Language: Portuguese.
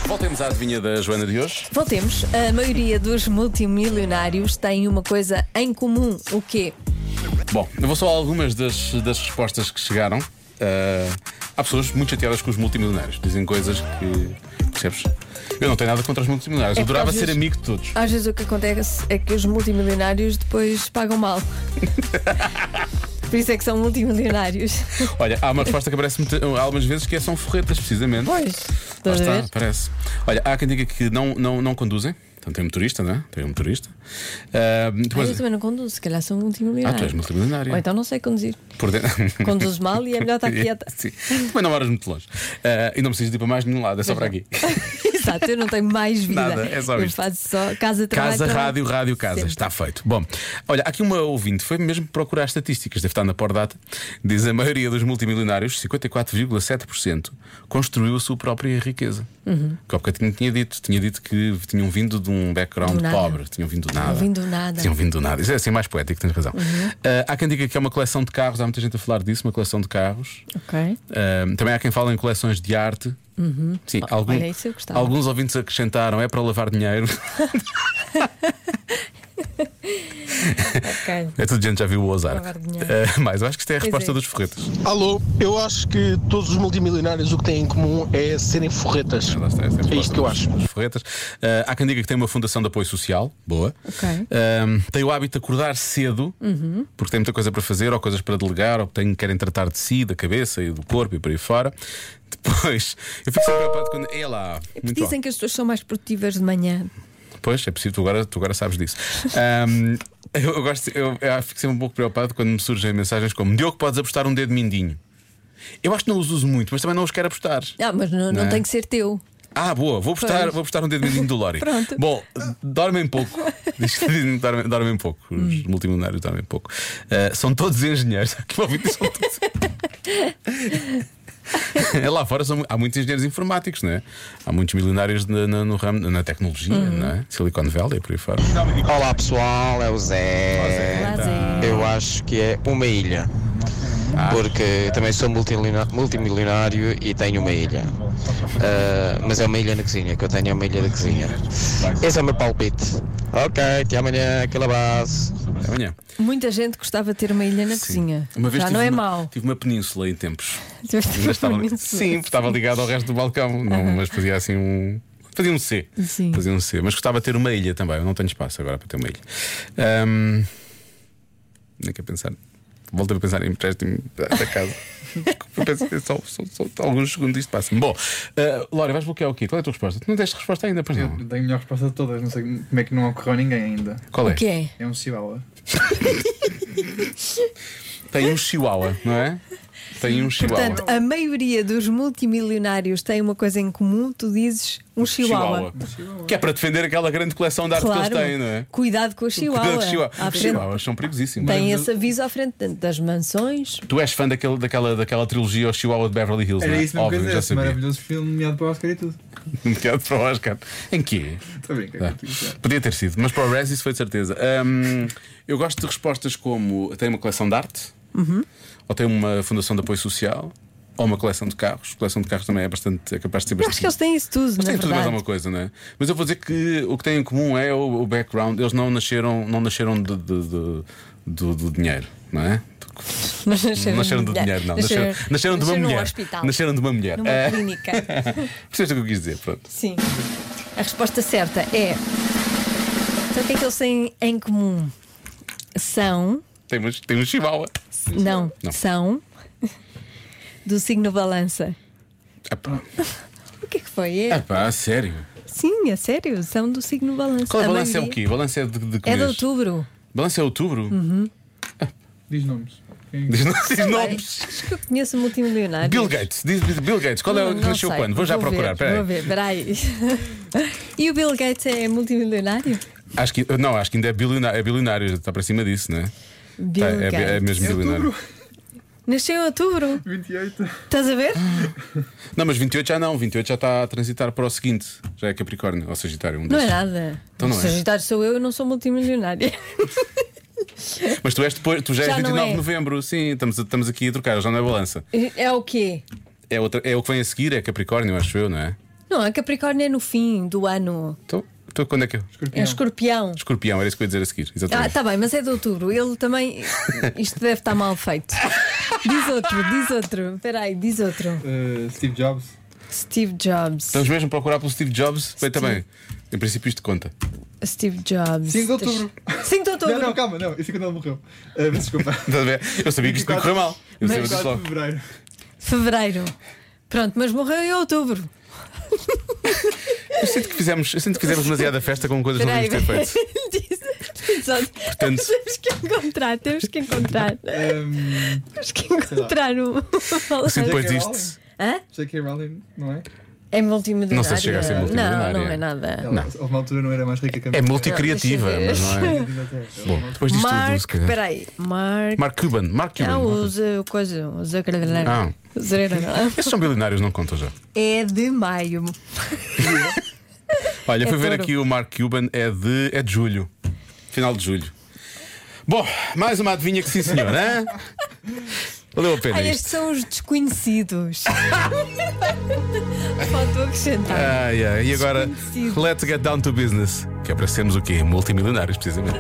Voltemos à adivinha da Joana de hoje. Voltemos. A maioria dos multimilionários tem uma coisa em comum. O quê? Bom, eu vou só a algumas das respostas que chegaram. Há pessoas muito chateadas com os multimilionários. Dizem coisas que. Percebes? Eu não tenho nada contra os multimilionários. Eu adorava ser amigo de todos. Às vezes o que acontece é que os multimilionários depois pagam mal. Por isso é que são multimilionários. Olha, há uma resposta que aparece algumas vezes que são forretas, precisamente. Pois, Lá estás a ver? está, parece. Olha, há quem diga que não conduzem. Então tem um motorista, não é? Tem um motorista. Depois... Eu também não conduzo, se calhar sou tu multimilionário. és multimilionário. Ou então não sei conduzir. Por dentro... Conduzo mal e é melhor estar quieta. Sim. Também não moras muito longe. E não precisas de ir para mais nenhum lado, é só para aqui. Exato, eu não tenho mais vida. Nada, é só eu isto. faço só casa, trabalho. Casa, trabalho. rádio, rádio, casa. Sempre. Está feito. Bom, olha, aqui uma ouvinte foi mesmo procurar estatísticas, deve estar na Pordata. Diz a maioria dos multimilionários, 54,7%, construiu a sua própria riqueza. Que há bocadinho tinha dito que tinham vindo de um background Do nada. pobre, tinham vindo do nada. Tinham vindo do nada. Isso é assim mais poético, tens razão. Há quem diga que é uma coleção de carros, há muita gente a falar disso, uma coleção de carros. Ok. Também há quem fala em coleções de arte. Sim, Olha, isso eu gostava. alguns ouvintes acrescentaram, é para lavar dinheiro. Ok. É tudo gente que já viu o Ozark. Lavar dinheiro. Mas eu acho que isto é a resposta é. dos forretas. Alô, eu acho que todos os multimilionários o que têm em comum é serem forretas. Lá está, essa a resposta É isto que eu acho. dos forretas. Há quem diga que tem uma fundação de apoio social. Boa. Ok. Tem o hábito de acordar cedo, porque tem muita coisa para fazer, ou coisas para delegar, ou querem tratar de si, da cabeça e do corpo e por aí fora. Depois, eu fico sempre preocupado quando. É lá. Muito bom. Dizem que as pessoas são mais produtivas de manhã. Pois, é possível, tu agora sabes disso. Eu fico sempre um pouco preocupado quando me surgem mensagens como: Diogo, podes apostar um dedo mindinho. Eu acho que não os uso muito, mas também não os quero apostar. Mas não é? tem que ser teu. Boa, vou apostar um dedo mindinho do Lori. Pronto. Bom, dormem pouco. Dormem pouco. Os multimilionários dormem pouco. São todos engenheiros. Aqui ouvido, são todos. Lá fora há muitos engenheiros informáticos, não é? Há muitos milionários no ramo, na tecnologia, não é? Silicon Valley e por aí fora. Olá pessoal, é o Zé. Olá, Zé. Eu acho que é uma ilha. Porque também sou multimilionário e tenho uma ilha. Mas é uma ilha na cozinha, que eu tenho é uma ilha da cozinha. Esse é o meu palpite. Ok, até amanhã, aquele abraço. Até amanhã. Muita gente gostava de ter uma ilha na Sim. cozinha. Uma vez Já tive não é uma- mau. Tive uma península em tempos. Tiveste Estava, uma sim, estava ligado ao resto do balcão, mas fazia assim um. Fazia um C. Sim. Fazia um C. Mas gostava de ter uma ilha também. Eu não tenho espaço agora para ter uma ilha. Nem quero pensar. Volto a pensar em empréstimo da casa. Desculpa, pensei só alguns segundos isto passa. Bom, Laura, vais bloquear o quê? Qual é a tua resposta? Tu não tens resposta ainda, pois Eu não? tenho a melhor resposta de todas, não sei como é que não ocorreu ninguém ainda. Qual é? O que é? É um chihuahua. Tem um chihuahua, não é? Tem um chihuahua. Portanto, a maioria dos multimilionários tem uma coisa em comum. Tu dizes um chihuahua. Que é para defender aquela grande coleção de arte que Claro. eles têm, não é? Cuidado com o chihuahua. Cuidado com os chihuahuas. À Os frente. chihuahuas são perigosíssimos. Tem esse aviso à frente das mansões. Tu és fã daquela trilogia O Chihuahua de Beverly Hills, Era não é? isso mesmo que eu Óbvio, ia já dizer. Esse sabia. maravilhoso filme nomeado para o Oscar e tudo. Nomeado para o Oscar. Em quê? Estou a brincar contigo, claro. Podia ter sido, mas para o Rez isso foi de certeza. Eu gosto de respostas como: tem uma coleção de arte, ou tem uma fundação de apoio social, ou uma coleção de carros. A coleção de carros também é capaz de ser Eu bastante. acho que eles têm isso tudo, Mas na tem tudo mais verdade. alguma coisa, não é? Mas eu vou dizer que o que têm em comum é o background. Eles não nasceram do dinheiro, não é? Mas Nasceram do dinheiro, não. Nasceram de uma num mulher. hospital. Nasceram de uma mulher. Numa clínica. Percebeste o que eu quis dizer? Pronto. Sim. A resposta certa é. Então o que é que eles têm em comum? São. Tem um chihuahua. Não. Não. São. Do signo balança. Epá, O que é que foi? a sério. Sim, é sério. São do signo balança. Qual é A o balanço? É o maioria- quê? O balanço é de que É de mês? outubro. Balanço é outubro? Diz nomes. Diz Sei, nomes. acho que eu conheço multimilionários. Bill Gates. Diz Bill Gates. Qual é o que Não nasceu sei. quando? Vou já procurar. Vou ver, peraí. E o Bill Gates é multimilionário? Acho que ainda é bilionário. Está para cima disso, não é? Bill É Gates. mesmo bilionário. Nasceu em outubro. 28. Estás a ver? Não, mas 28 já não. 28 já está a transitar para o seguinte. Já é Capricórnio ou Sagitário. Um Não é desses. nada. Então não é. Sagitário sou eu não sou multimilionária. Mas tu já és Já não 29 de é. novembro. Sim, estamos aqui a trocar. Já não é balança. É o quê? É o que vem a seguir, é Capricórnio, acho eu, não é? Não, a Capricórnio é no fim do ano. Então quando é que eu? É Escorpião. Escorpião, era isso que eu ia dizer a seguir. Exatamente. Está bem, mas é de outubro. Ele também. Isto deve estar mal feito. Diz outro. Espera aí, diz outro. Steve Jobs. Steve Jobs. Estamos mesmo a procurar pelo Steve Jobs. Bem, também. Em princípio, isto conta. Steve Jobs. 5 de outubro. 5 de outubro. Não, calma, não. Isso é quando ele morreu. Desculpa. Estás a ver? Eu sabia que isto ia correr mal. Eu sabia disso 4 de logo. fevereiro. Fevereiro. Pronto, mas morreu em outubro. Eu sinto que fizemos demasiada festa com coisas que não devíamos ter feito. Portanto, Temos que encontrar o. assim depois disto. Hã? J.K. Rowling, não é? É multimilionária. Não sei se chega a ser multimilionária. Não é nada. Ela, houve uma altura não era mais rica que a É minha. multicriativa, mas não é. Bom, depois disto tudo, Mark, se calhar. peraí. Mark Cuban. usa coisa. Ah. Esses são bilionários, não contam já. É de maio. Olha, fui ver touro. aqui o Mark Cuban, é de julho. Final de julho. Bom, mais uma adivinha que sim, senhor, hein? Valeu a pena Ai, isto. estes são os desconhecidos. Faltou acrescentar. E agora, Desconhecido. let's get down to business. Que é para sermos o quê? Multimilionários, precisamente.